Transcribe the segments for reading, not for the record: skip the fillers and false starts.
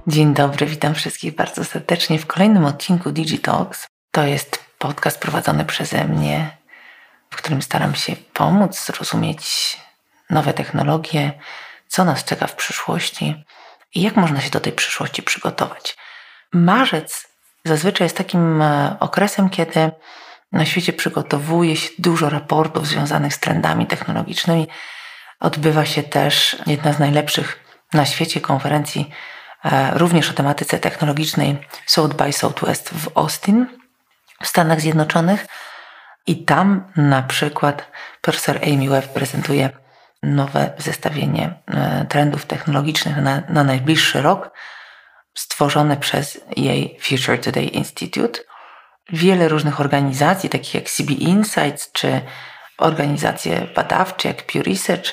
Dzień dobry, witam wszystkich bardzo serdecznie w kolejnym odcinku DigiTalks. To jest podcast prowadzony przeze mnie, w którym staram się pomóc zrozumieć nowe technologie, co nas czeka w przyszłości i jak można się do tej przyszłości przygotować. Marzec zazwyczaj jest takim okresem, kiedy na świecie przygotowuje się dużo raportów związanych z trendami technologicznymi. Odbywa się też jedna z najlepszych na świecie konferencji również o tematyce technologicznej South by Southwest w Austin w Stanach Zjednoczonych i tam na przykład profesor Amy Webb prezentuje nowe zestawienie trendów technologicznych na najbliższy rok stworzone przez jej Future Today Institute. Wiele różnych organizacji, takich jak CB Insights czy organizacje badawcze jak Pew Research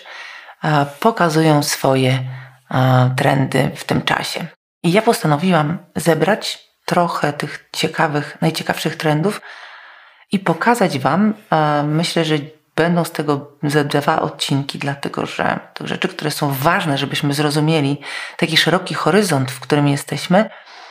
pokazują swoje trendy w tym czasie. I ja postanowiłam zebrać trochę tych najciekawszych trendów i pokazać Wam. Myślę, że będą z tego ze 2 odcinki, dlatego że tych rzeczy, które są ważne, żebyśmy zrozumieli taki szeroki horyzont, w którym jesteśmy,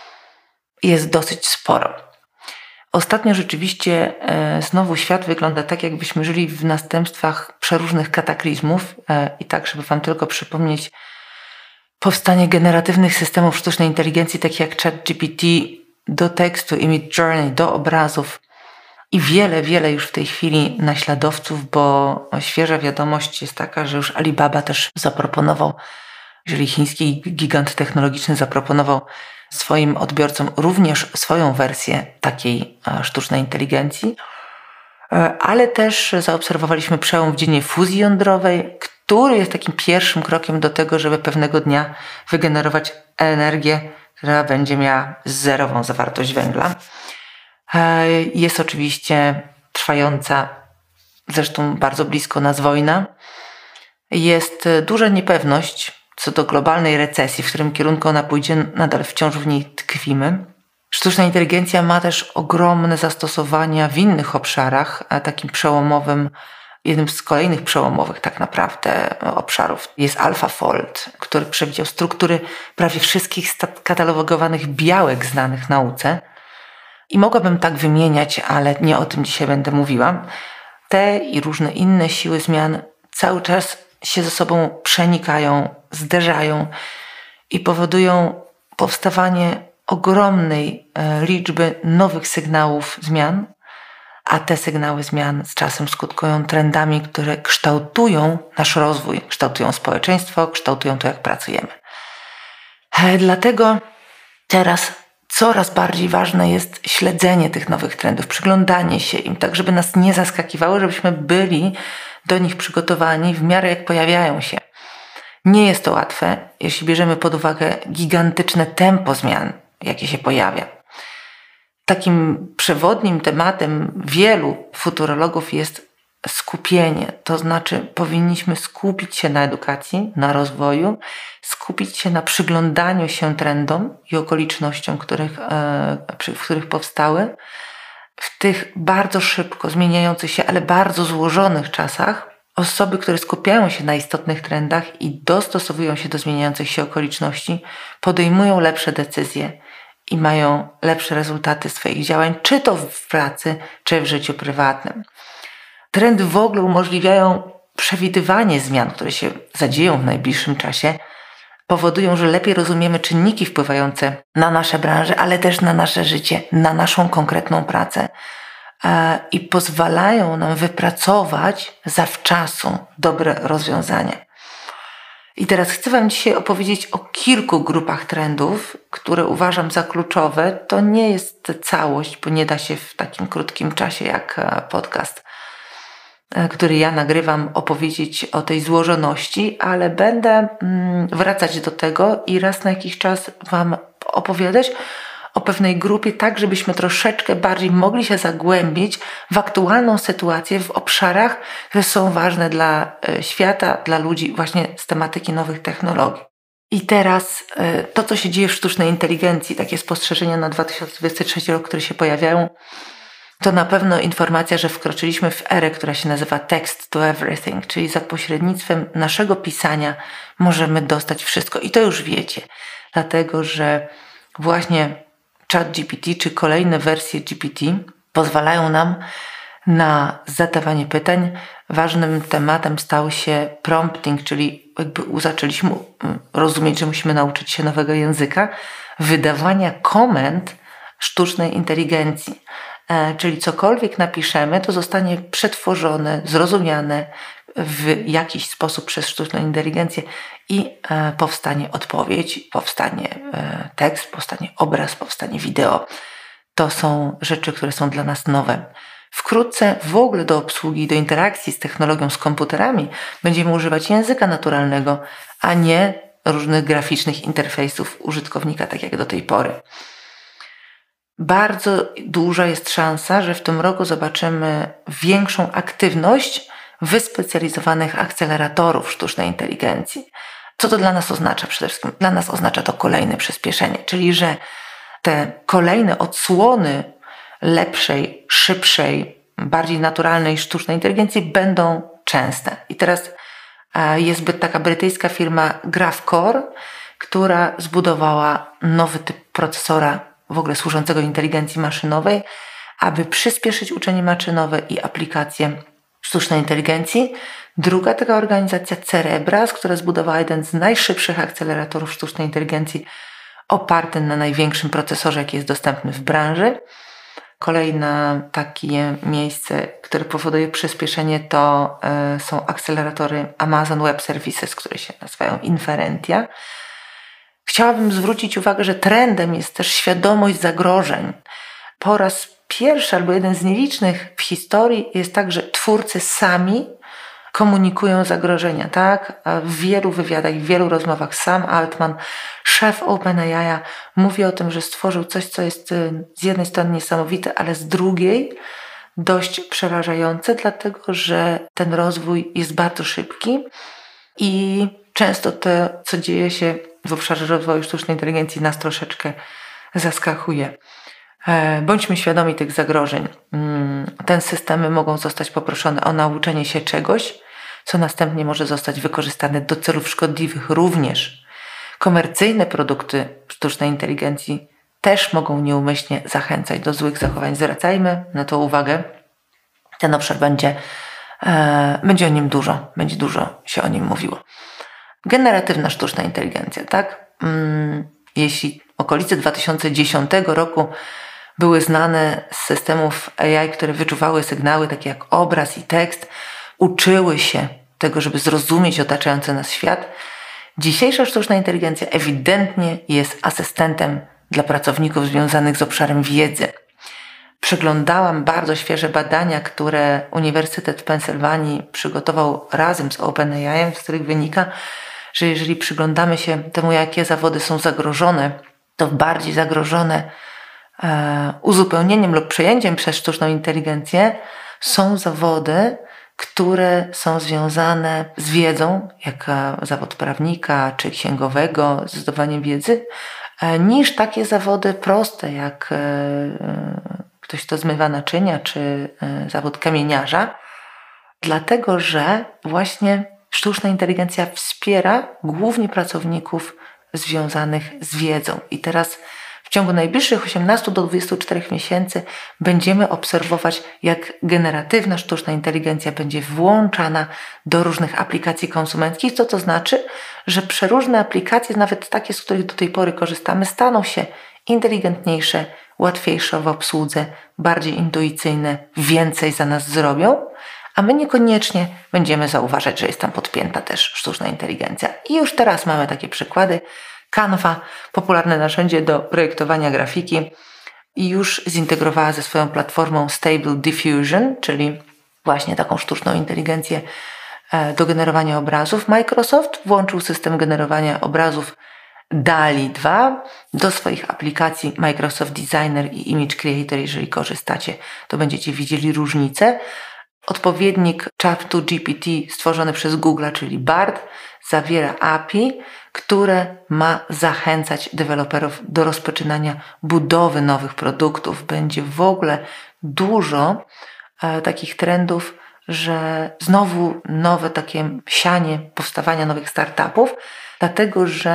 jest dosyć sporo. Ostatnio rzeczywiście znowu świat wygląda tak, jakbyśmy żyli w następstwach przeróżnych kataklizmów i tak, żeby Wam tylko przypomnieć, powstanie generatywnych systemów sztucznej inteligencji, takich jak ChatGPT, do tekstu, Midjourney, do obrazów i wiele już w tej chwili naśladowców, bo świeża wiadomość jest taka, że już Alibaba też zaproponował, jeżeli chiński gigant technologiczny zaproponował swoim odbiorcom również swoją wersję takiej sztucznej inteligencji, ale też zaobserwowaliśmy przełom w dziedzinie fuzji jądrowej, który jest takim pierwszym krokiem do tego, żeby pewnego dnia wygenerować energię, która będzie miała zerową zawartość węgla. Jest oczywiście trwająca, zresztą bardzo blisko nas wojna. Jest duża niepewność co do globalnej recesji, w którym kierunku ona pójdzie, nadal wciąż w niej tkwimy. Sztuczna inteligencja ma też ogromne zastosowania w innych obszarach, a takim przełomowym, jednym z kolejnych przełomowych tak naprawdę obszarów jest AlphaFold, który przewidział struktury prawie wszystkich skatalogowanych białek znanych nauce. I mogłabym tak wymieniać, ale nie o tym dzisiaj będę mówiła. Te i różne inne siły zmian cały czas się ze sobą przenikają, zderzają i powodują powstawanie ogromnej liczby nowych sygnałów zmian, a te sygnały zmian z czasem skutkują trendami, które kształtują nasz rozwój, kształtują społeczeństwo, kształtują to, jak pracujemy. Dlatego teraz coraz bardziej ważne jest śledzenie tych nowych trendów, przyglądanie się im, tak żeby nas nie zaskakiwały, żebyśmy byli do nich przygotowani w miarę jak pojawiają się. Nie jest to łatwe, jeśli bierzemy pod uwagę gigantyczne tempo zmian, jakie się pojawia. Takim przewodnim tematem wielu futurologów jest skupienie. To znaczy powinniśmy skupić się na edukacji, na rozwoju, skupić się na przyglądaniu się trendom i okolicznościom, w których powstały. W tych bardzo szybko zmieniających się, ale bardzo złożonych czasach osoby, które skupiają się na istotnych trendach i dostosowują się do zmieniających się okoliczności, podejmują lepsze decyzje i mają lepsze rezultaty swoich działań, czy to w pracy, czy w życiu prywatnym. Trendy w ogóle umożliwiają przewidywanie zmian, które się zadzieją w najbliższym czasie, powodują, że lepiej rozumiemy czynniki wpływające na nasze branże, ale też na nasze życie, na naszą konkretną pracę i pozwalają nam wypracować zawczasu dobre rozwiązania. I teraz chcę Wam dzisiaj opowiedzieć o kilku grupach trendów, które uważam za kluczowe. To nie jest całość, bo nie da się w takim krótkim czasie jak podcast, który ja nagrywam, opowiedzieć o tej złożoności, ale będę wracać do tego i raz na jakiś czas Wam opowiadać o pewnej grupie, tak żebyśmy troszeczkę bardziej mogli się zagłębić w aktualną sytuację w obszarach, które są ważne dla świata, dla ludzi właśnie z tematyki nowych technologii. I teraz to, co się dzieje w sztucznej inteligencji, takie spostrzeżenia na 2023 rok, które się pojawiają, to na pewno informacja, że wkroczyliśmy w erę, która się nazywa text to everything, czyli za pośrednictwem naszego pisania możemy dostać wszystko. I to już wiecie. dlatego że właśnie ChatGPT czy kolejne wersje GPT pozwalają nam na zadawanie pytań. Ważnym tematem stał się prompting, czyli zaczęliśmy rozumieć, że musimy nauczyć się nowego języka, wydawania komend sztucznej inteligencji. Czyli cokolwiek napiszemy, to zostanie przetworzone, zrozumiane w jakiś sposób przez sztuczną inteligencję i powstanie odpowiedź, powstanie tekst, powstanie obraz, powstanie wideo. To są rzeczy, które są dla nas nowe. Wkrótce w ogóle do obsługi, do interakcji z technologią, z komputerami będziemy używać języka naturalnego, a nie różnych graficznych interfejsów użytkownika, tak jak do tej pory. Bardzo duża jest szansa, że w tym roku zobaczymy większą aktywność wyspecjalizowanych akceleratorów sztucznej inteligencji. Co to dla nas oznacza? Przede wszystkim dla nas oznacza to kolejne przyspieszenie, czyli że te kolejne odsłony lepszej, szybszej, bardziej naturalnej sztucznej inteligencji będą częste. I teraz jest taka brytyjska firma Graphcore, która zbudowała nowy typ procesora w ogóle służącego inteligencji maszynowej, aby przyspieszyć uczenie maszynowe i aplikacje sztucznej inteligencji. Druga taka organizacja Cerebras, która zbudowała jeden z najszybszych akceleratorów sztucznej inteligencji oparty na największym procesorze, jaki jest dostępny w branży. Kolejne takie miejsce, które powoduje przyspieszenie, to są akceleratory Amazon Web Services, które się nazywają Inferentia. Chciałabym zwrócić uwagę, że trendem jest też świadomość zagrożeń. Po raz pierwszy albo jeden z nielicznych w historii jest tak, że twórcy sami komunikują zagrożenia, tak? W wielu wywiadach, w wielu rozmowach Sam Altman, szef OpenAI, mówi o tym, że stworzył coś, co jest z jednej strony niesamowite, ale z drugiej dość przerażające, dlatego że ten rozwój jest bardzo szybki i często to, co dzieje się w obszarze rozwoju sztucznej inteligencji, nas troszeczkę zaskakuje. Bądźmy świadomi tych zagrożeń. Te systemy mogą zostać poproszone o nauczenie się czegoś, co następnie może zostać wykorzystane do celów szkodliwych również. Komercyjne produkty sztucznej inteligencji też mogą nieumyślnie zachęcać do złych zachowań. Zwracajmy na to uwagę. Ten obszar będzie o nim będzie dużo się o nim mówiło. Generatywna sztuczna inteligencja, tak? Jeśli okolice 2010 roku były znane z systemów AI, które wyczuwały sygnały takie jak obraz i tekst, uczyły się tego, żeby zrozumieć otaczający nas świat, dzisiejsza sztuczna inteligencja ewidentnie jest asystentem dla pracowników związanych z obszarem wiedzy. Przeglądałam bardzo świeże badania, które Uniwersytet w Pensylwanii przygotował razem z OpenAI, z których wynika, że jeżeli przyglądamy się temu, jakie zawody są zagrożone, to bardziej zagrożone uzupełnieniem lub przejęciem przez sztuczną inteligencję są zawody, które są związane z wiedzą, jak zawód prawnika czy księgowego, z zdobywaniem wiedzy, niż takie zawody proste, jak ktoś, kto zmywa naczynia, czy zawód kamieniarza, dlatego że właśnie sztuczna inteligencja wspiera głównie pracowników związanych z wiedzą. I teraz w ciągu najbliższych 18 do 24 miesięcy będziemy obserwować, jak generatywna sztuczna inteligencja będzie włączana do różnych aplikacji konsumenckich, co to znaczy, że przeróżne aplikacje, nawet takie, z których do tej pory korzystamy, staną się inteligentniejsze, łatwiejsze w obsłudze, bardziej intuicyjne, więcej za nas zrobią, a my niekoniecznie będziemy zauważać, że jest tam podpięta też sztuczna inteligencja. I już teraz mamy takie przykłady. Canva, popularne narzędzie do projektowania grafiki, i już zintegrowała ze swoją platformą Stable Diffusion, czyli właśnie taką sztuczną inteligencję do generowania obrazów. Microsoft włączył system generowania obrazów DALL-E 2 do swoich aplikacji Microsoft Designer i Image Creator. Jeżeli korzystacie, to będziecie widzieli różnicę. Odpowiednik ChatGPT stworzony przez Google, czyli BARD, zawiera API, które ma zachęcać deweloperów do rozpoczynania budowy nowych produktów. Będzie w ogóle dużo takich trendów, że znowu nowe takie sianie powstawania nowych startupów, dlatego że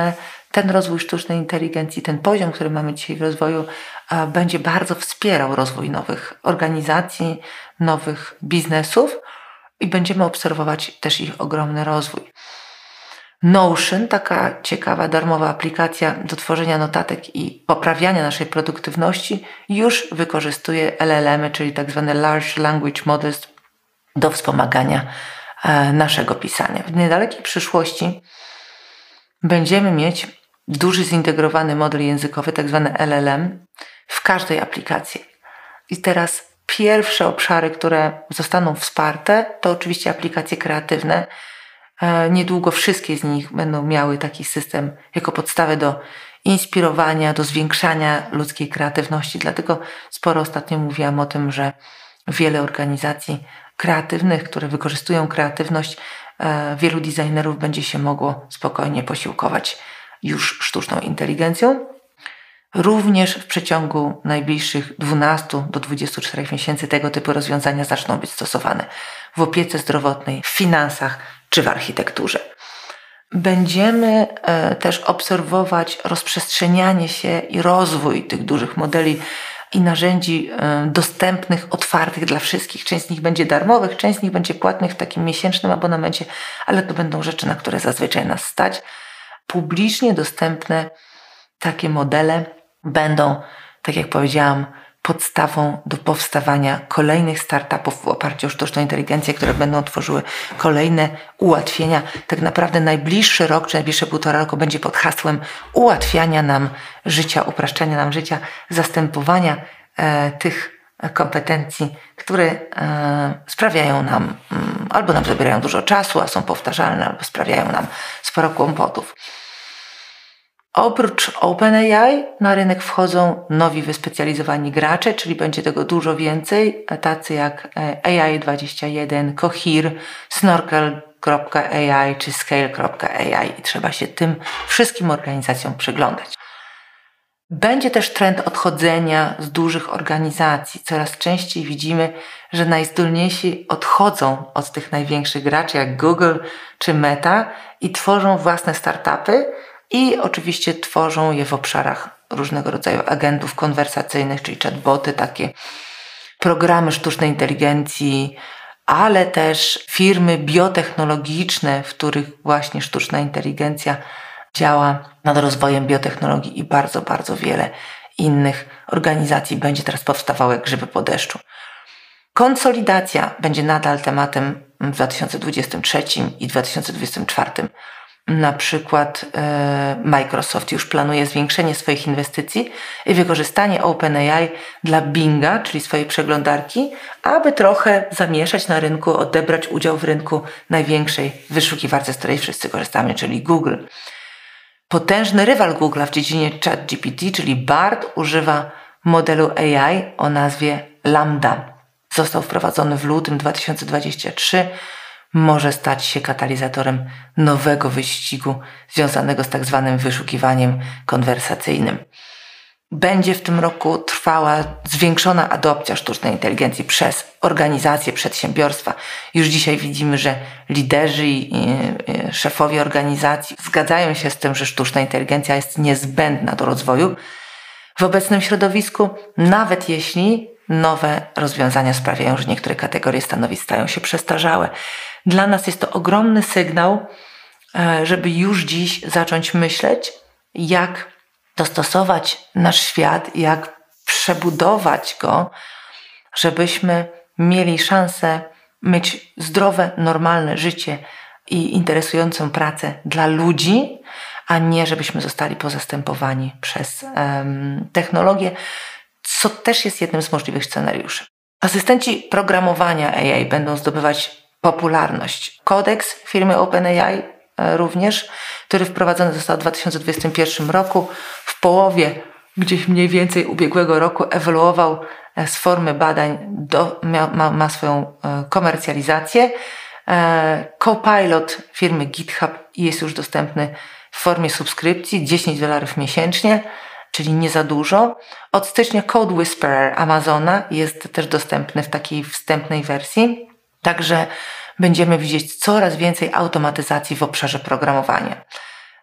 ten rozwój sztucznej inteligencji, ten poziom, który mamy dzisiaj w rozwoju, będzie bardzo wspierał rozwój nowych organizacji, nowych biznesów i będziemy obserwować też ich ogromny rozwój. Notion, taka ciekawa, darmowa aplikacja do tworzenia notatek i poprawiania naszej produktywności, już wykorzystuje LLM-y, czyli tak zwane Large Language Models, do wspomagania naszego pisania. W niedalekiej przyszłości będziemy mieć duży zintegrowany model językowy, tak zwany LLM, w każdej aplikacji. I teraz pierwsze obszary, które zostaną wsparte, to oczywiście aplikacje kreatywne. Niedługo wszystkie z nich będą miały taki system jako podstawę do inspirowania, do zwiększania ludzkiej kreatywności. Dlatego sporo ostatnio mówiłam o tym, że wiele organizacji kreatywnych, które wykorzystują kreatywność, wielu designerów będzie się mogło spokojnie posiłkować już sztuczną inteligencją. Również w przeciągu najbliższych 12 do 24 miesięcy tego typu rozwiązania zaczną być stosowane w opiece zdrowotnej, w finansach czy w architekturze. Będziemy też obserwować rozprzestrzenianie się i rozwój tych dużych modeli i narzędzi dostępnych, otwartych dla wszystkich. Część z nich będzie darmowych, część z nich będzie płatnych w takim miesięcznym abonamencie, ale to będą rzeczy, na które zazwyczaj nas stać. Publicznie dostępne takie modele będą, tak jak powiedziałam, podstawą do powstawania kolejnych startupów w oparciu o sztuczną inteligencję, które będą tworzyły kolejne ułatwienia. Tak naprawdę najbliższy rok, czy najbliższe 1,5 roku będzie pod hasłem ułatwiania nam życia, upraszczania nam życia, zastępowania tych kompetencji, które sprawiają nam, albo nam zabierają dużo czasu, a są powtarzalne, albo sprawiają nam sporo kłopotów. Oprócz OpenAI na rynek wchodzą nowi wyspecjalizowani gracze, czyli będzie tego dużo więcej, tacy jak AI21, Cohere, Snorkel.ai czy Scale.ai i trzeba się tym wszystkim organizacjom przyglądać. Będzie też trend odchodzenia z dużych organizacji. Coraz częściej widzimy, że najzdolniejsi odchodzą od tych największych graczy jak Google czy Meta i tworzą własne startupy, i oczywiście tworzą je w obszarach różnego rodzaju agentów konwersacyjnych, czyli chatboty, takie programy sztucznej inteligencji, ale też firmy biotechnologiczne, w których właśnie sztuczna inteligencja działa nad rozwojem biotechnologii i bardzo, bardzo wiele innych organizacji będzie teraz powstawało jak grzyby po deszczu. Konsolidacja będzie nadal tematem w 2023 i 2024. Na przykład Microsoft już planuje zwiększenie swoich inwestycji i wykorzystanie OpenAI dla Binga, czyli swojej przeglądarki, aby trochę zamieszać na rynku, odebrać udział w rynku największej wyszukiwarce, z której wszyscy korzystamy, czyli Google. Potężny rywal Google'a w dziedzinie ChatGPT, czyli BARD, używa modelu AI o nazwie Lambda. Został wprowadzony w lutym 2023. Może stać się katalizatorem nowego wyścigu związanego z tak zwanym wyszukiwaniem konwersacyjnym. Będzie w tym roku trwała zwiększona adopcja sztucznej inteligencji przez organizacje, przedsiębiorstwa. Już dzisiaj widzimy, że liderzy i szefowie organizacji zgadzają się z tym, że sztuczna inteligencja jest niezbędna do rozwoju w obecnym środowisku, nawet jeśli nowe rozwiązania sprawiają, że niektóre kategorie stanowisk stają się przestarzałe. Dla nas jest to ogromny sygnał, żeby już dziś zacząć myśleć, jak dostosować nasz świat, jak przebudować go, żebyśmy mieli szansę mieć zdrowe, normalne życie i interesującą pracę dla ludzi, a nie żebyśmy zostali pozastępowani przez technologię, co też jest jednym z możliwych scenariuszy. Asystenci programowania AI będą zdobywać popularność. Kodeks firmy OpenAI również, który wprowadzony został w 2021 roku, w połowie gdzieś mniej więcej ubiegłego roku ewoluował z formy badań, ma swoją komercjalizację. Copilot firmy GitHub jest już dostępny w formie subskrypcji $10 miesięcznie, czyli nie za dużo. Od stycznia Code Whisperer Amazona jest też dostępny w takiej wstępnej wersji. Także będziemy widzieć coraz więcej automatyzacji w obszarze programowania.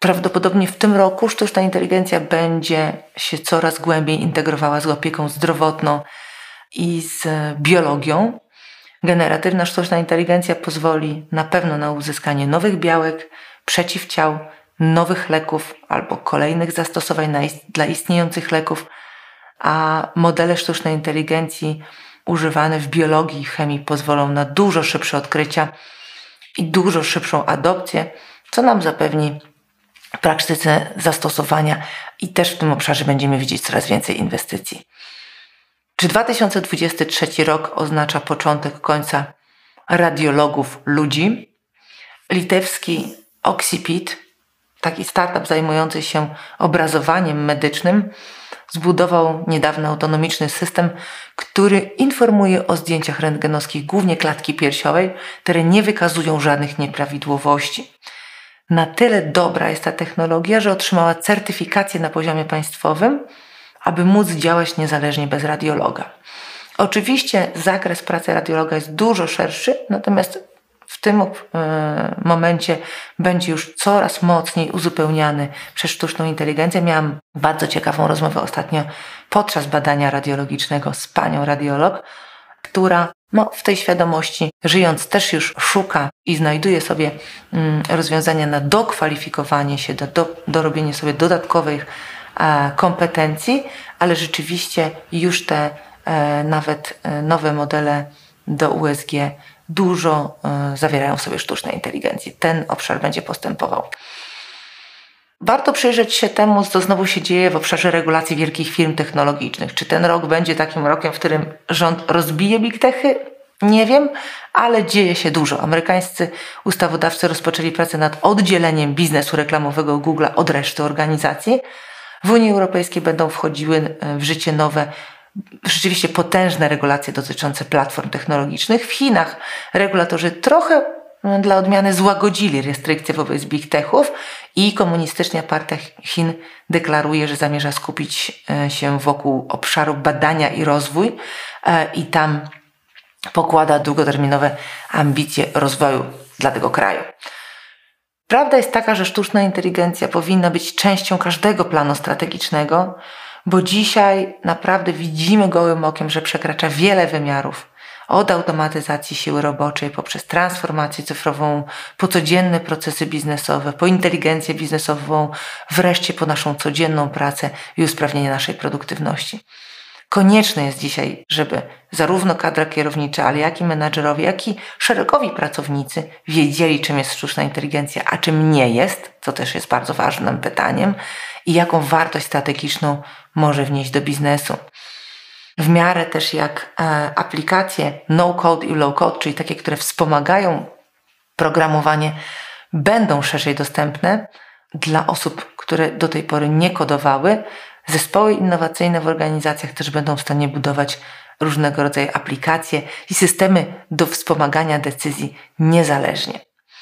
Prawdopodobnie w tym roku sztuczna inteligencja będzie się coraz głębiej integrowała z opieką zdrowotną i z biologią. Generatywna sztuczna inteligencja pozwoli na pewno na uzyskanie nowych białek, przeciwciał, nowych leków albo kolejnych zastosowań dla istniejących leków, a modele sztucznej inteligencji używane w biologii i chemii pozwolą na dużo szybsze odkrycia i dużo szybszą adopcję, co nam zapewni w praktyce zastosowania i też w tym obszarze będziemy widzieć coraz więcej inwestycji. Czy 2023 rok oznacza początek końca radiologów ludzi? Litewski Oxipit, taki startup zajmujący się obrazowaniem medycznym, zbudował niedawno autonomiczny system, który informuje o zdjęciach rentgenowskich głównie klatki piersiowej, które nie wykazują żadnych nieprawidłowości. Na tyle dobra jest ta technologia, że otrzymała certyfikację na poziomie państwowym, aby móc działać niezależnie bez radiologa. Oczywiście zakres pracy radiologa jest dużo szerszy, natomiast w tym momencie będzie już coraz mocniej uzupełniany przez sztuczną inteligencję. Miałam bardzo ciekawą rozmowę ostatnio podczas badania radiologicznego z panią radiolog, która w tej świadomości, żyjąc, też już szuka i znajduje sobie rozwiązania na dokwalifikowanie się, dorobienie sobie dodatkowych kompetencji, ale rzeczywiście już te nawet nowe modele do USG dużo zawierają w sobie sztucznej inteligencji. Ten obszar będzie postępował. Warto przyjrzeć się temu, co znowu się dzieje w obszarze regulacji wielkich firm technologicznych. Czy ten rok będzie takim rokiem, w którym rząd rozbije big techy? Nie wiem, ale dzieje się dużo. Amerykańscy ustawodawcy rozpoczęli pracę nad oddzieleniem biznesu reklamowego Google'a od reszty organizacji. W Unii Europejskiej będą wchodziły w życie nowe, rzeczywiście potężne regulacje dotyczące platform technologicznych. W Chinach regulatorzy trochę dla odmiany złagodzili restrykcje wobec big techów i Komunistyczna Partia Chin deklaruje, że zamierza skupić się wokół obszaru badania i rozwój i tam pokłada długoterminowe ambicje rozwoju dla tego kraju. Prawda jest taka, że sztuczna inteligencja powinna być częścią każdego planu strategicznego, bo dzisiaj naprawdę widzimy gołym okiem, że przekracza wiele wymiarów. Od automatyzacji siły roboczej, poprzez transformację cyfrową, po codzienne procesy biznesowe, po inteligencję biznesową, wreszcie po naszą codzienną pracę i usprawnienie naszej produktywności. Konieczne jest dzisiaj, żeby zarówno kadra kierownicza, ale jak i menadżerowie, jak i szeregowi pracownicy wiedzieli, czym jest sztuczna inteligencja, a czym nie jest, co też jest bardzo ważnym pytaniem, i jaką wartość strategiczną może wnieść do biznesu. W miarę też jak aplikacje no-code i low-code, czyli takie, które wspomagają programowanie, będą szerzej dostępne dla osób, które do tej pory nie kodowały, zespoły innowacyjne w organizacjach też będą w stanie budować różnego rodzaju aplikacje i systemy do wspomagania decyzji niezależnie.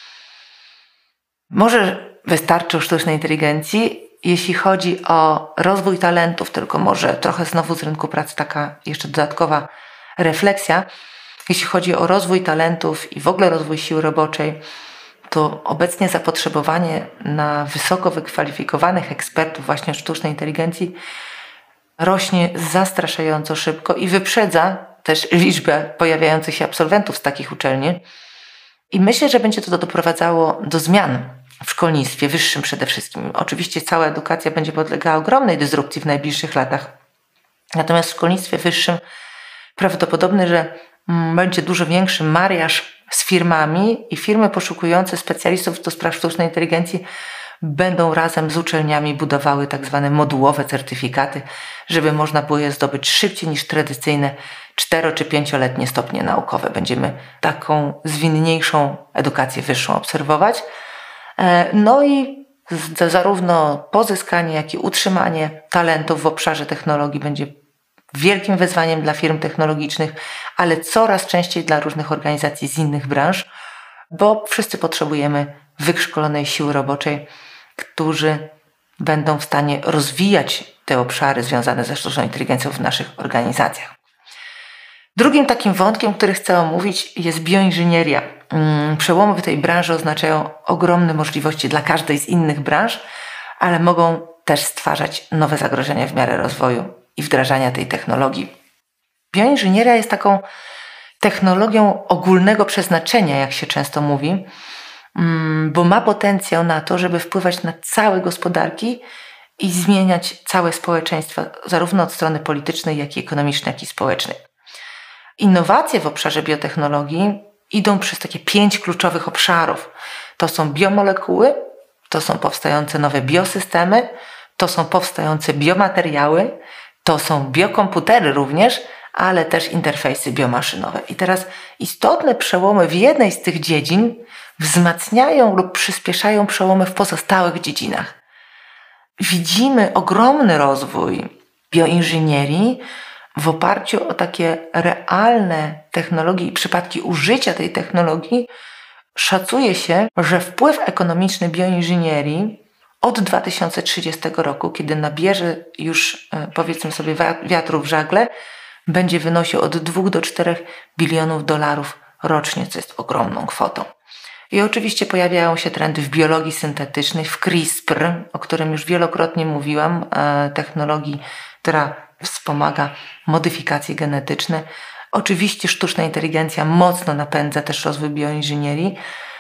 Może wystarczy sztucznej inteligencji, jeśli chodzi o rozwój talentów, tylko może trochę znowu z rynku pracy taka jeszcze dodatkowa refleksja. Jeśli chodzi o rozwój talentów i w ogóle rozwój siły roboczej, to obecnie zapotrzebowanie na wysoko wykwalifikowanych ekspertów właśnie sztucznej inteligencji rośnie zastraszająco szybko i wyprzedza też liczbę pojawiających się absolwentów z takich uczelni. I myślę, że będzie to doprowadzało do zmian w szkolnictwie wyższym przede wszystkim. Oczywiście cała edukacja będzie podlegała ogromnej dysrupcji w najbliższych latach. Natomiast w szkolnictwie wyższym prawdopodobne, że będzie dużo większy mariaż z firmami i firmy poszukujące specjalistów do spraw sztucznej inteligencji będą razem z uczelniami budowały tak zwane modułowe certyfikaty, żeby można było je zdobyć szybciej niż tradycyjne 4- czy 5-letnie stopnie naukowe. Będziemy taką zwinniejszą edukację wyższą obserwować. No i zarówno pozyskanie, jak i utrzymanie talentów w obszarze technologii będzie wielkim wyzwaniem dla firm technologicznych, ale coraz częściej dla różnych organizacji z innych branż, bo wszyscy potrzebujemy wyszkolonej siły roboczej, którzy będą w stanie rozwijać te obszary związane ze sztuczną inteligencją w naszych organizacjach. Drugim takim wątkiem, który chcę omówić, jest bioinżynieria. Przełomy w tej branży oznaczają ogromne możliwości dla każdej z innych branż, ale mogą też stwarzać nowe zagrożenia w miarę rozwoju i wdrażania tej technologii. Bioinżynieria jest taką technologią ogólnego przeznaczenia, jak się często mówi, bo ma potencjał na to, żeby wpływać na całe gospodarki i zmieniać całe społeczeństwa, zarówno od strony politycznej, jak i ekonomicznej, jak i społecznej. Innowacje w obszarze biotechnologii idą przez takie 5 kluczowych obszarów. To są biomolekuły, to są powstające nowe biosystemy, to są powstające biomateriały, to są biokomputery również, ale też interfejsy biomaszynowe. I teraz istotne przełomy w jednej z tych dziedzin wzmacniają lub przyspieszają przełomy w pozostałych dziedzinach. Widzimy ogromny rozwój bioinżynierii w oparciu o takie realne technologie i przypadki użycia tej technologii. Szacuje się, że wpływ ekonomiczny bioinżynierii od 2030 roku, kiedy nabierze już, powiedzmy sobie, wiatru w żagle, będzie wynosił od 2 do 4 bilionów dolarów rocznie, co jest ogromną kwotą. I oczywiście pojawiają się trendy w biologii syntetycznej, w CRISPR, o którym już wielokrotnie mówiłam, technologii, która wspomaga modyfikacje genetyczne. Oczywiście sztuczna inteligencja mocno napędza też rozwój bioinżynierii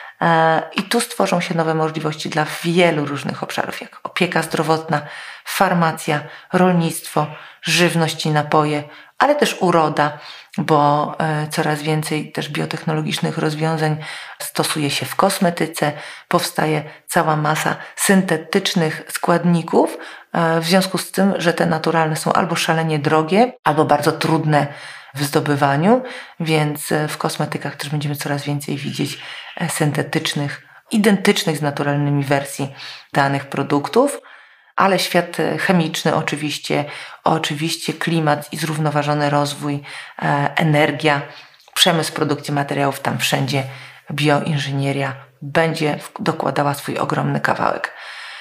i tu stworzą się nowe możliwości dla wielu różnych obszarów, jak opieka zdrowotna, farmacja, rolnictwo, żywność i napoje, ale też uroda, bo coraz więcej też biotechnologicznych rozwiązań stosuje się w kosmetyce, powstaje cała masa syntetycznych składników, w związku z tym, że te naturalne są albo szalenie drogie, albo bardzo trudne w zdobywaniu, więc w kosmetykach też będziemy coraz więcej widzieć syntetycznych, identycznych z naturalnymi wersji danych produktów, ale świat chemiczny oczywiście klimat i zrównoważony rozwój, energia, przemysł produkcji materiałów, tam wszędzie bioinżynieria będzie dokładała swój ogromny kawałek.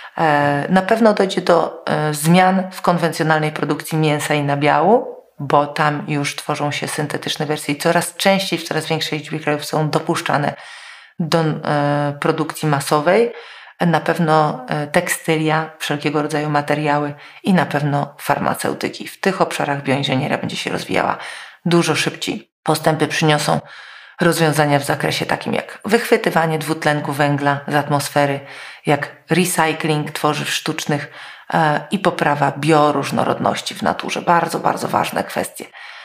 Na pewno dojdzie do zmian w konwencjonalnej produkcji mięsa i nabiału, bo tam już tworzą się syntetyczne wersje i coraz częściej w coraz większej liczbie krajów są dopuszczane do produkcji masowej. Na pewno tekstylia, wszelkiego rodzaju materiały i na pewno farmaceutyki. W tych obszarach bioinżynieria będzie się rozwijała dużo szybciej. Postępy przyniosą rozwiązania w zakresie takim jak wychwytywanie dwutlenku węgla z atmosfery, jak recycling tworzyw sztucznych i poprawa bioróżnorodności w naturze. Bardzo, bardzo ważne kwestie.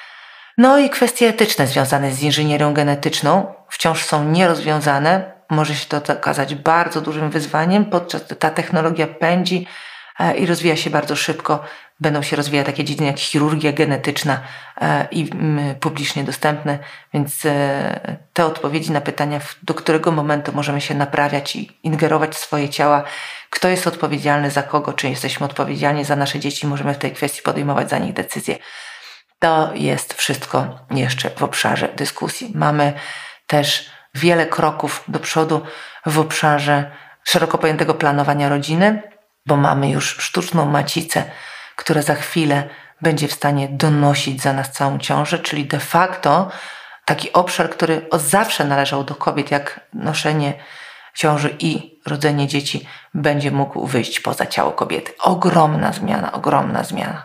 No i kwestie etyczne związane z inżynierią genetyczną wciąż są nierozwiązane. Może się to okazać bardzo dużym wyzwaniem, podczas gdy ta technologia pędzi i rozwija się bardzo szybko. Będą się rozwijać takie dziedziny jak chirurgia genetyczna i publicznie dostępne, więc te odpowiedzi na pytania, do którego momentu możemy się naprawiać i ingerować w swoje ciała, kto jest odpowiedzialny za kogo, czy jesteśmy odpowiedzialni za nasze dzieci, możemy w tej kwestii podejmować za nich decyzje. To jest wszystko jeszcze w obszarze dyskusji. Mamy też wiele kroków do przodu w obszarze szeroko pojętego planowania rodziny, bo mamy już sztuczną macicę, która za chwilę będzie w stanie donosić za nas całą ciążę, czyli de facto taki obszar, który od zawsze należał do kobiet, jak noszenie ciąży i rodzenie dzieci, będzie mógł wyjść poza ciało kobiety. Ogromna zmiana.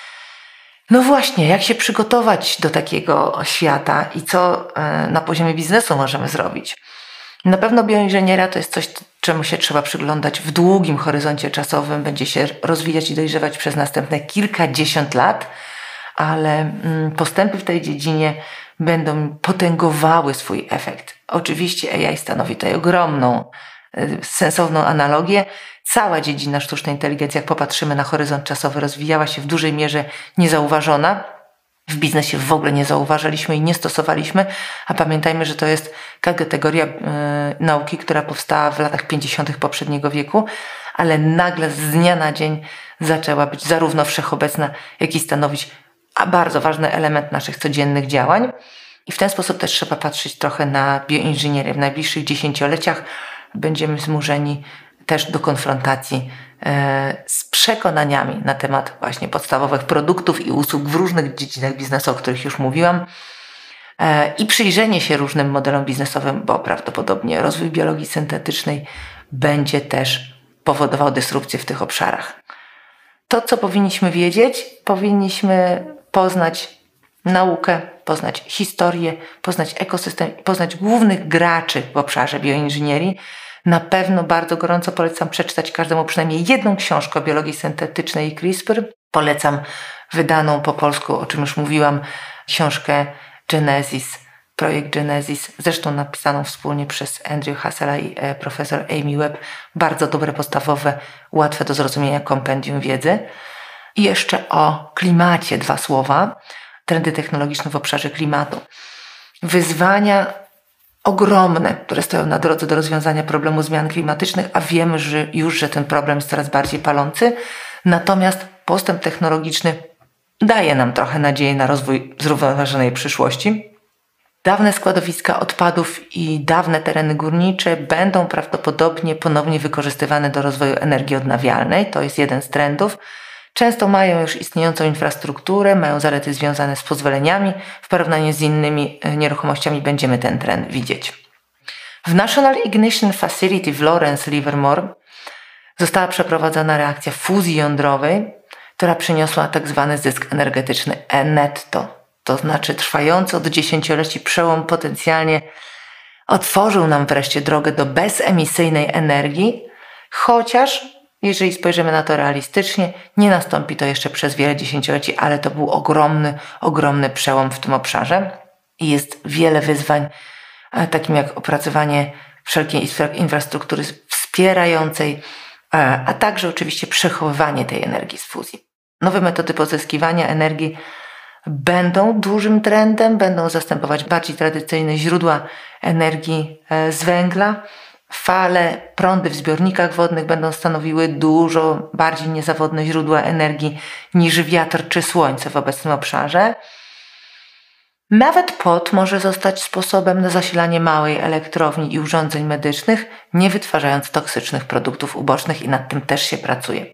No właśnie, jak się przygotować do takiego świata i co na poziomie biznesu możemy zrobić? Na pewno bioinżynieria to jest coś, czemu się trzeba przyglądać w długim horyzoncie czasowym, będzie się rozwijać i dojrzewać przez następne kilkadziesiąt lat, ale postępy w tej dziedzinie będą potęgowały swój efekt. Oczywiście AI stanowi tutaj ogromną, sensowną analogię. Cała dziedzina sztucznej inteligencji, jak popatrzymy na horyzont czasowy, rozwijała się w dużej mierze niezauważona. W biznesie w ogóle nie zauważyliśmy i nie stosowaliśmy, a pamiętajmy, że to jest kategoria nauki, która powstała w latach 50. poprzedniego wieku, ale nagle z dnia na dzień zaczęła być zarówno wszechobecna, jak i stanowić bardzo ważny element naszych codziennych działań. I w ten sposób też trzeba patrzeć trochę na bioinżynierię. W najbliższych dziesięcioleciach będziemy zmuszeni też do konfrontacji z przekonaniami na temat właśnie podstawowych produktów i usług w różnych dziedzinach biznesu, o których już mówiłam. i przyjrzenie się różnym modelom biznesowym, bo prawdopodobnie rozwój biologii syntetycznej będzie też powodował dysrupcję w tych obszarach. To, co powinniśmy wiedzieć, powinniśmy poznać naukę, poznać historię, poznać ekosystem, poznać głównych graczy w obszarze bioinżynierii. Na pewno bardzo gorąco polecam przeczytać każdemu przynajmniej jedną książkę o biologii syntetycznej i CRISPR. Polecam wydaną po polsku, o czym już mówiłam, książkę Genesis, projekt Genesis, zresztą napisaną wspólnie przez Andrew Hassela i profesor Amy Webb. Bardzo dobre, podstawowe, łatwe do zrozumienia kompendium wiedzy. I jeszcze o klimacie 2 słowa. Trendy technologiczne w obszarze klimatu. Wyzwania ogromne, które stoją na drodze do rozwiązania problemu zmian klimatycznych, a wiemy że ten problem jest coraz bardziej palący. Natomiast postęp technologiczny daje nam trochę nadziei na rozwój zrównoważonej przyszłości. Dawne składowiska odpadów i dawne tereny górnicze będą prawdopodobnie ponownie wykorzystywane do rozwoju energii odnawialnej. To jest jeden z trendów. Często mają już istniejącą infrastrukturę, mają zalety związane z pozwoleniami. W porównaniu z innymi nieruchomościami będziemy ten trend widzieć. W National Ignition Facility w Lawrence, Livermore została przeprowadzona reakcja fuzji jądrowej, która przyniosła tak zwany zysk energetyczny netto. To znaczy trwający od dziesięcioleci przełom potencjalnie otworzył nam wreszcie drogę do bezemisyjnej energii, chociaż jeżeli spojrzymy na to realistycznie, nie nastąpi to jeszcze przez wiele dziesięcioleci, ale to był ogromny przełom w tym obszarze i jest wiele wyzwań, takim jak opracowanie wszelkiej infrastruktury wspierającej, a także oczywiście przechowywanie tej energii z fuzji. Nowe metody pozyskiwania energii będą dużym trendem, będą zastępować bardziej tradycyjne źródła energii z węgla. Fale, prądy w zbiornikach wodnych będą stanowiły dużo bardziej niezawodne źródła energii niż wiatr czy słońce w obecnym obszarze. Nawet POT może zostać sposobem na zasilanie małej elektrowni i urządzeń medycznych, nie wytwarzając toksycznych produktów ubocznych i nad tym też się pracuje.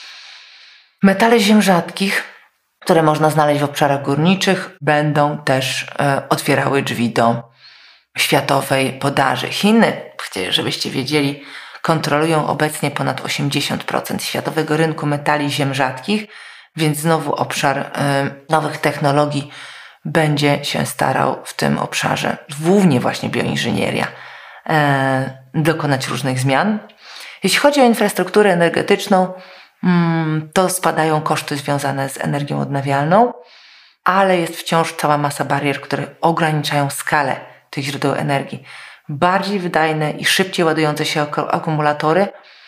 Metale ziem rzadkich, które można znaleźć w obszarach górniczych, będą też otwierały drzwi do światowej podaży. Chiny, żebyście wiedzieli, kontrolują obecnie ponad 80% światowego rynku metali ziem rzadkich, więc znowu obszar nowych technologii będzie się starał w tym obszarze, głównie właśnie bioinżynieria, dokonać różnych zmian. Jeśli chodzi o infrastrukturę energetyczną, to spadają koszty związane z energią odnawialną, ale jest wciąż cała masa barier, które ograniczają skalę tych źródeł energii. Bardziej wydajne i szybciej ładujące się akumulatory,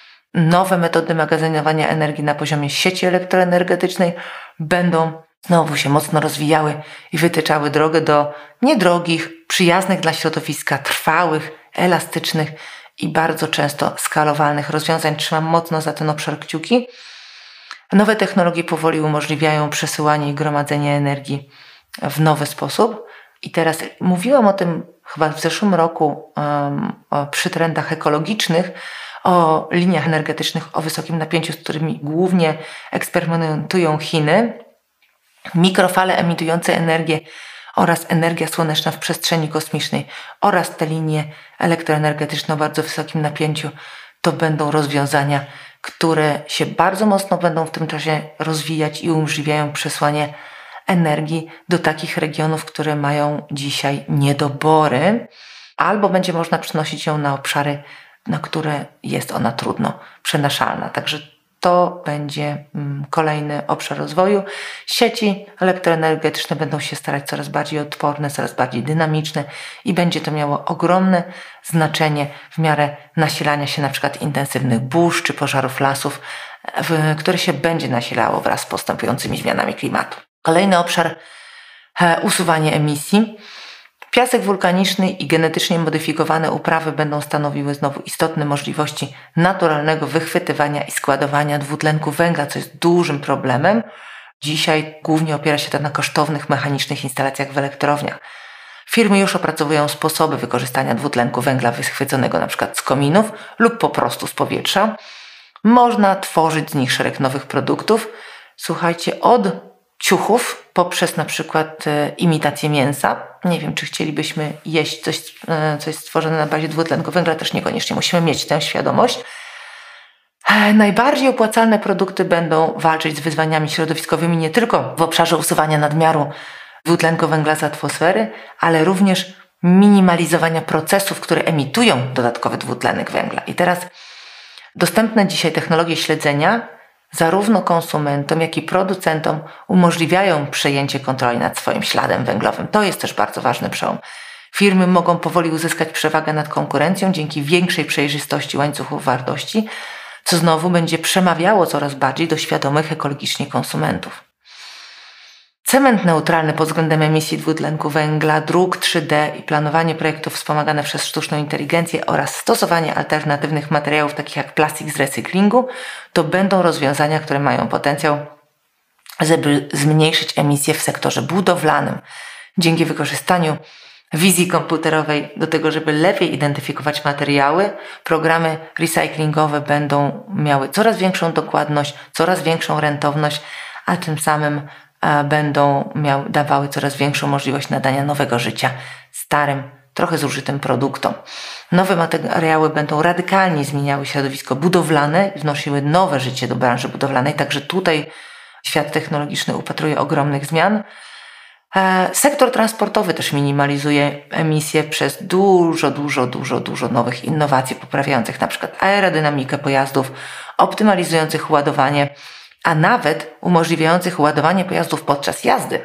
nowe metody magazynowania energii na poziomie sieci elektroenergetycznej będą znowu się mocno rozwijały i wytyczały drogę do niedrogich, przyjaznych dla środowiska, trwałych, elastycznych i bardzo często skalowalnych rozwiązań. Trzymam mocno za ten obszar kciuki. Nowe technologie powoli umożliwiają przesyłanie i gromadzenie energii w nowy sposób. I teraz mówiłam o tym chyba w zeszłym roku przy trendach ekologicznych, o liniach energetycznych o wysokim napięciu, z którymi głównie eksperymentują Chiny. Mikrofale emitujące energię oraz energia słoneczna w przestrzeni kosmicznej oraz te linie elektroenergetyczne o bardzo wysokim napięciu to będą rozwiązania, które się bardzo mocno będą w tym czasie rozwijać i umożliwiają przesłanie energii do takich regionów, które mają dzisiaj niedobory, albo będzie można przenosić ją na obszary, na które jest ona trudno przenaszalna. Także to będzie kolejny obszar rozwoju. Sieci elektroenergetyczne będą się starać coraz bardziej odporne, coraz bardziej dynamiczne i będzie to miało ogromne znaczenie w miarę nasilania się na przykład intensywnych burz czy pożarów lasów, które się będzie nasilało wraz z postępującymi zmianami klimatu. Kolejny obszar, usuwanie emisji. Piasek wulkaniczny i genetycznie modyfikowane uprawy będą stanowiły znowu istotne możliwości naturalnego wychwytywania i składowania dwutlenku węgla, co jest dużym problemem. Dzisiaj głównie opiera się to na kosztownych mechanicznych instalacjach w elektrowniach. Firmy już opracowują sposoby wykorzystania dwutlenku węgla wychwyconego np. z kominów lub po prostu z powietrza. Można tworzyć z nich szereg nowych produktów. Słuchajcie, od ciuchów poprzez na przykład imitację mięsa. Nie wiem, czy chcielibyśmy jeść coś stworzone na bazie dwutlenku węgla, też niekoniecznie musimy mieć tę świadomość. Najbardziej opłacalne produkty będą walczyć z wyzwaniami środowiskowymi nie tylko w obszarze usuwania nadmiaru dwutlenku węgla z atmosfery, ale również minimalizowania procesów, które emitują dodatkowy dwutlenek węgla. I teraz dostępne dzisiaj technologie śledzenia zarówno konsumentom, jak i producentom umożliwiają przejęcie kontroli nad swoim śladem węglowym. To jest też bardzo ważny przełom. Firmy mogą powoli uzyskać przewagę nad konkurencją dzięki większej przejrzystości łańcuchów wartości, co znowu będzie przemawiało coraz bardziej do świadomych ekologicznie konsumentów. Cement neutralny pod względem emisji dwutlenku węgla, druk 3D i planowanie projektów wspomagane przez sztuczną inteligencję oraz stosowanie alternatywnych materiałów takich jak plastik z recyklingu to będą rozwiązania, które mają potencjał, żeby zmniejszyć emisje w sektorze budowlanym. Dzięki wykorzystaniu wizji komputerowej do tego, żeby lepiej identyfikować materiały, programy recyklingowe będą miały coraz większą dokładność, coraz większą rentowność, a tym samym będą dawały coraz większą możliwość nadania nowego życia starym, trochę zużytym produktom. Nowe materiały będą radykalnie zmieniały środowisko budowlane i wnosiły nowe życie do branży budowlanej, także tutaj świat technologiczny upatruje ogromnych zmian. Sektor transportowy też minimalizuje emisje przez dużo nowych innowacji poprawiających na przykład aerodynamikę pojazdów, optymalizujących ładowanie, a nawet umożliwiających ładowanie pojazdów podczas jazdy.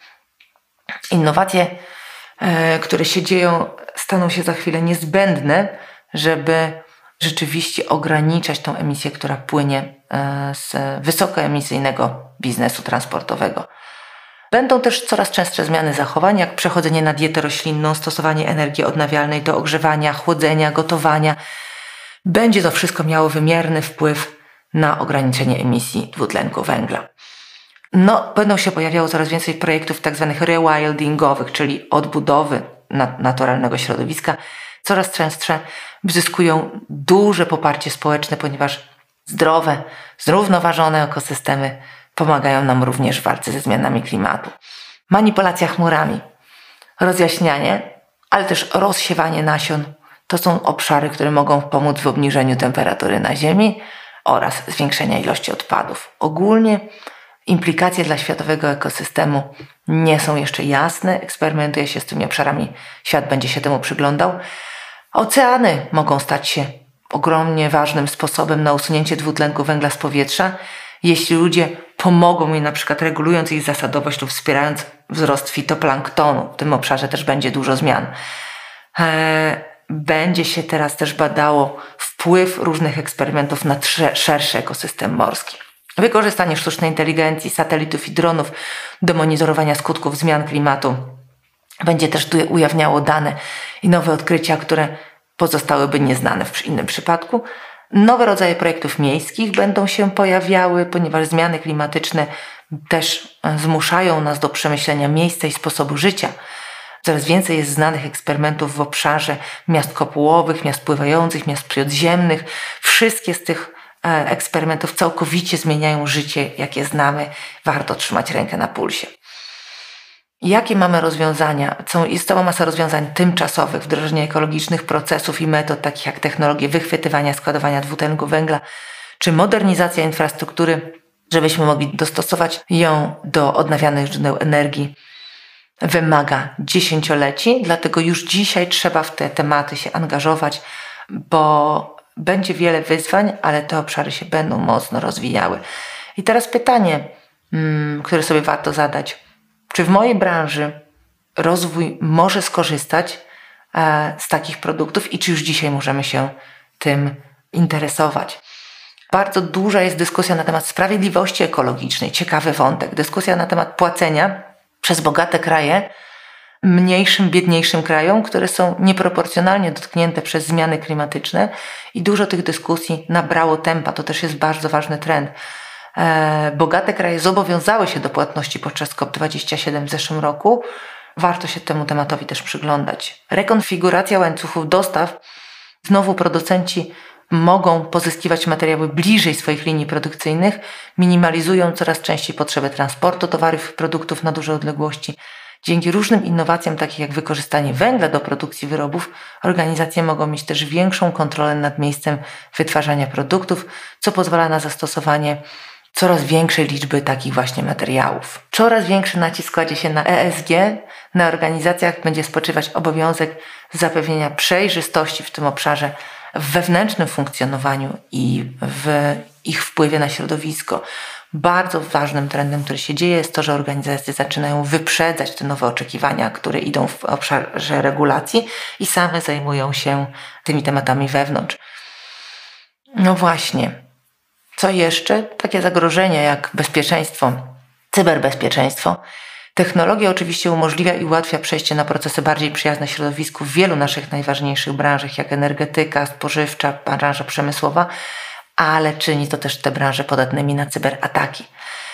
Innowacje, które się dzieją, staną się za chwilę niezbędne, żeby rzeczywiście ograniczać tą emisję, która płynie z wysokoemisyjnego biznesu transportowego. Będą też coraz częstsze zmiany zachowań, jak przechodzenie na dietę roślinną, stosowanie energii odnawialnej do ogrzewania, chłodzenia, gotowania. Będzie to wszystko miało wymierny wpływ na ograniczenie emisji dwutlenku węgla. Będą się pojawiało coraz więcej projektów tak zwanych rewildingowych, czyli odbudowy naturalnego środowiska. Coraz częstsze zyskują duże poparcie społeczne, ponieważ zdrowe, zrównoważone ekosystemy pomagają nam również w walce ze zmianami klimatu. Manipulacja chmurami, rozjaśnianie, ale też rozsiewanie nasion to są obszary, które mogą pomóc w obniżeniu temperatury na Ziemi oraz zwiększenia ilości odpadów. Ogólnie implikacje dla światowego ekosystemu nie są jeszcze jasne. Eksperymentuje się z tymi obszarami, świat będzie się temu przyglądał. Oceany mogą stać się ogromnie ważnym sposobem na usunięcie dwutlenku węgla z powietrza, jeśli ludzie pomogą im na przykład regulując ich zasadowość lub wspierając wzrost fitoplanktonu. W tym obszarze też będzie dużo zmian. Będzie się teraz też badało wpływ różnych eksperymentów na szerszy ekosystem morski. Wykorzystanie sztucznej inteligencji, satelitów i dronów do monitorowania skutków zmian klimatu będzie też ujawniało dane i nowe odkrycia, które pozostałyby nieznane w innym przypadku. Nowe rodzaje projektów miejskich będą się pojawiały, ponieważ zmiany klimatyczne też zmuszają nas do przemyślenia miejsca i sposobu życia. Coraz więcej jest znanych eksperymentów w obszarze miast kopułowych, miast pływających, miast podziemnych. Wszystkie z tych eksperymentów całkowicie zmieniają życie, jakie znamy. Warto trzymać rękę na pulsie. Jakie mamy rozwiązania? Jest cała masa rozwiązań tymczasowych, wdrożenia ekologicznych procesów i metod, takich jak technologie wychwytywania, składowania dwutlenku węgla, czy modernizacja infrastruktury, żebyśmy mogli dostosować ją do odnawialnych źródeł energii. Wymaga dziesięcioleci, dlatego już dzisiaj trzeba w te tematy się angażować, bo będzie wiele wyzwań, ale te obszary się będą mocno rozwijały. I teraz pytanie, które sobie warto zadać. Czy w mojej branży rozwój może skorzystać z takich produktów i czy już dzisiaj możemy się tym interesować? Bardzo duża jest dyskusja na temat sprawiedliwości ekologicznej, ciekawy wątek. Dyskusja na temat płacenia przez bogate kraje mniejszym, biedniejszym krajom, które są nieproporcjonalnie dotknięte przez zmiany klimatyczne i dużo tych dyskusji nabrało tempa. To też jest bardzo ważny trend. Bogate kraje zobowiązały się do płatności podczas COP27 w zeszłym roku. Warto się temu tematowi też przyglądać. Rekonfiguracja łańcuchów dostaw. Znowu producenci mogą pozyskiwać materiały bliżej swoich linii produkcyjnych, minimalizują coraz częściej potrzebę transportu towarów i produktów na duże odległości. Dzięki różnym innowacjom, takich jak wykorzystanie węgla do produkcji wyrobów, organizacje mogą mieć też większą kontrolę nad miejscem wytwarzania produktów, co pozwala na zastosowanie coraz większej liczby takich właśnie materiałów. Coraz większy nacisk kładzie się na ESG. Na organizacjach będzie spoczywać obowiązek zapewnienia przejrzystości w tym obszarze w wewnętrznym funkcjonowaniu i w ich wpływie na środowisko. Bardzo ważnym trendem, który się dzieje, jest to, że organizacje zaczynają wyprzedzać te nowe oczekiwania, które idą w obszarze regulacji i same zajmują się tymi tematami wewnątrz. No właśnie. Co jeszcze? Takie zagrożenia jak bezpieczeństwo, cyberbezpieczeństwo. Technologia oczywiście umożliwia i ułatwia przejście na procesy bardziej przyjazne środowisku w wielu naszych najważniejszych branżach, jak energetyka, spożywcza, branża przemysłowa, ale czyni to też te branże podatnymi na cyberataki.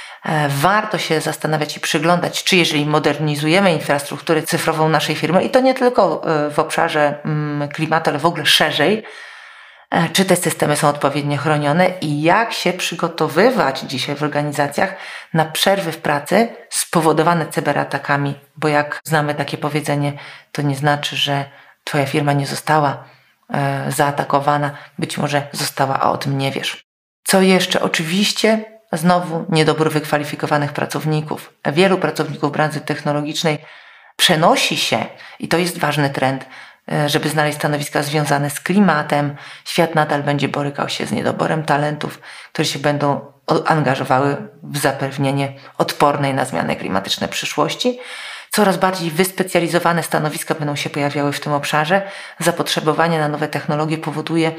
Warto się zastanawiać i przyglądać, czy jeżeli modernizujemy infrastrukturę cyfrową naszej firmy, i to nie tylko w obszarze klimatu, ale w ogóle szerzej, czy te systemy są odpowiednio chronione i jak się przygotowywać dzisiaj w organizacjach na przerwy w pracy spowodowane cyberatakami, bo jak znamy takie powiedzenie, to nie znaczy, że twoja firma nie została zaatakowana, być może została, a o tym nie wiesz. Co jeszcze? Oczywiście znowu niedobór wykwalifikowanych pracowników. Wielu pracowników branży technologicznej przenosi się, i to jest ważny trend, żeby znaleźć stanowiska związane z klimatem. Świat nadal będzie borykał się z niedoborem talentów, które się będą angażowały w zapewnienie odpornej na zmiany klimatyczne przyszłości. Coraz bardziej wyspecjalizowane stanowiska będą się pojawiały w tym obszarze. Zapotrzebowanie na nowe technologie powoduje,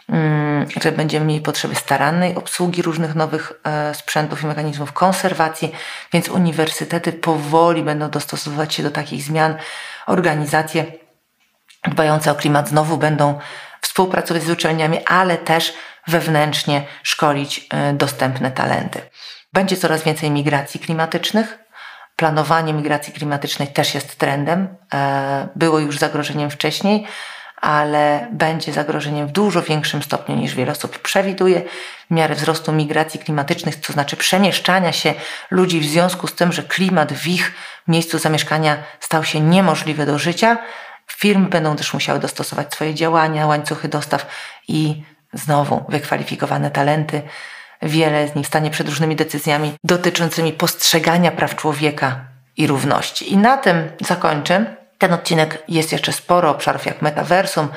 że będziemy mieli potrzeby starannej obsługi różnych nowych sprzętów i mechanizmów konserwacji, więc uniwersytety powoli będą dostosowywać się do takich zmian. Organizacje dbające o klimat znowu będą współpracować z uczelniami, ale też wewnętrznie szkolić dostępne talenty. Będzie coraz więcej migracji klimatycznych. Planowanie migracji klimatycznej też jest trendem. Było już zagrożeniem wcześniej, ale będzie zagrożeniem w dużo większym stopniu niż wiele osób przewiduje. W miarę wzrostu migracji klimatycznych, to znaczy przemieszczania się ludzi w związku z tym, że klimat w ich miejscu zamieszkania stał się niemożliwy do życia, firmy będą też musiały dostosować swoje działania, łańcuchy dostaw i znowu wykwalifikowane talenty. Wiele z nich stanie przed różnymi decyzjami dotyczącymi postrzegania praw człowieka i równości. I na tym zakończę. Ten odcinek jest jeszcze sporo obszarów jak metaversum,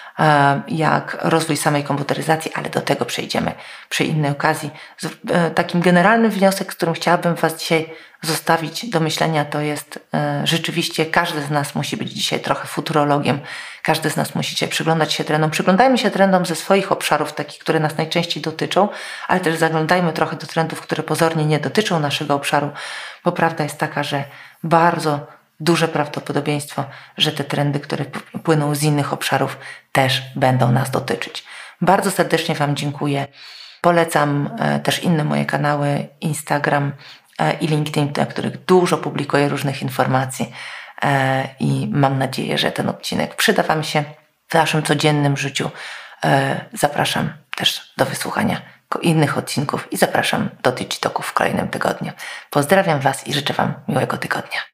jak rozwój samej komputeryzacji, ale do tego przejdziemy przy innej okazji. Takim generalnym wniosek, z którym chciałabym Was dzisiaj zostawić do myślenia, to jest rzeczywiście każdy z nas musi być dzisiaj trochę futurologiem. Każdy z nas musi dzisiaj przyglądać się trendom. Przyglądajmy się trendom ze swoich obszarów, takich, które nas najczęściej dotyczą, ale też zaglądajmy trochę do trendów, które pozornie nie dotyczą naszego obszaru, bo prawda jest taka, że bardzo duże prawdopodobieństwo, że te trendy, które płyną z innych obszarów, też będą nas dotyczyć. Bardzo serdecznie Wam dziękuję. Polecam też inne moje kanały, Instagram i LinkedIn, na których dużo publikuję różnych informacji i mam nadzieję, że ten odcinek przyda Wam się w naszym codziennym życiu. Zapraszam też do wysłuchania innych odcinków i zapraszam do Digitoku w kolejnym tygodniu. Pozdrawiam Was i życzę Wam miłego tygodnia.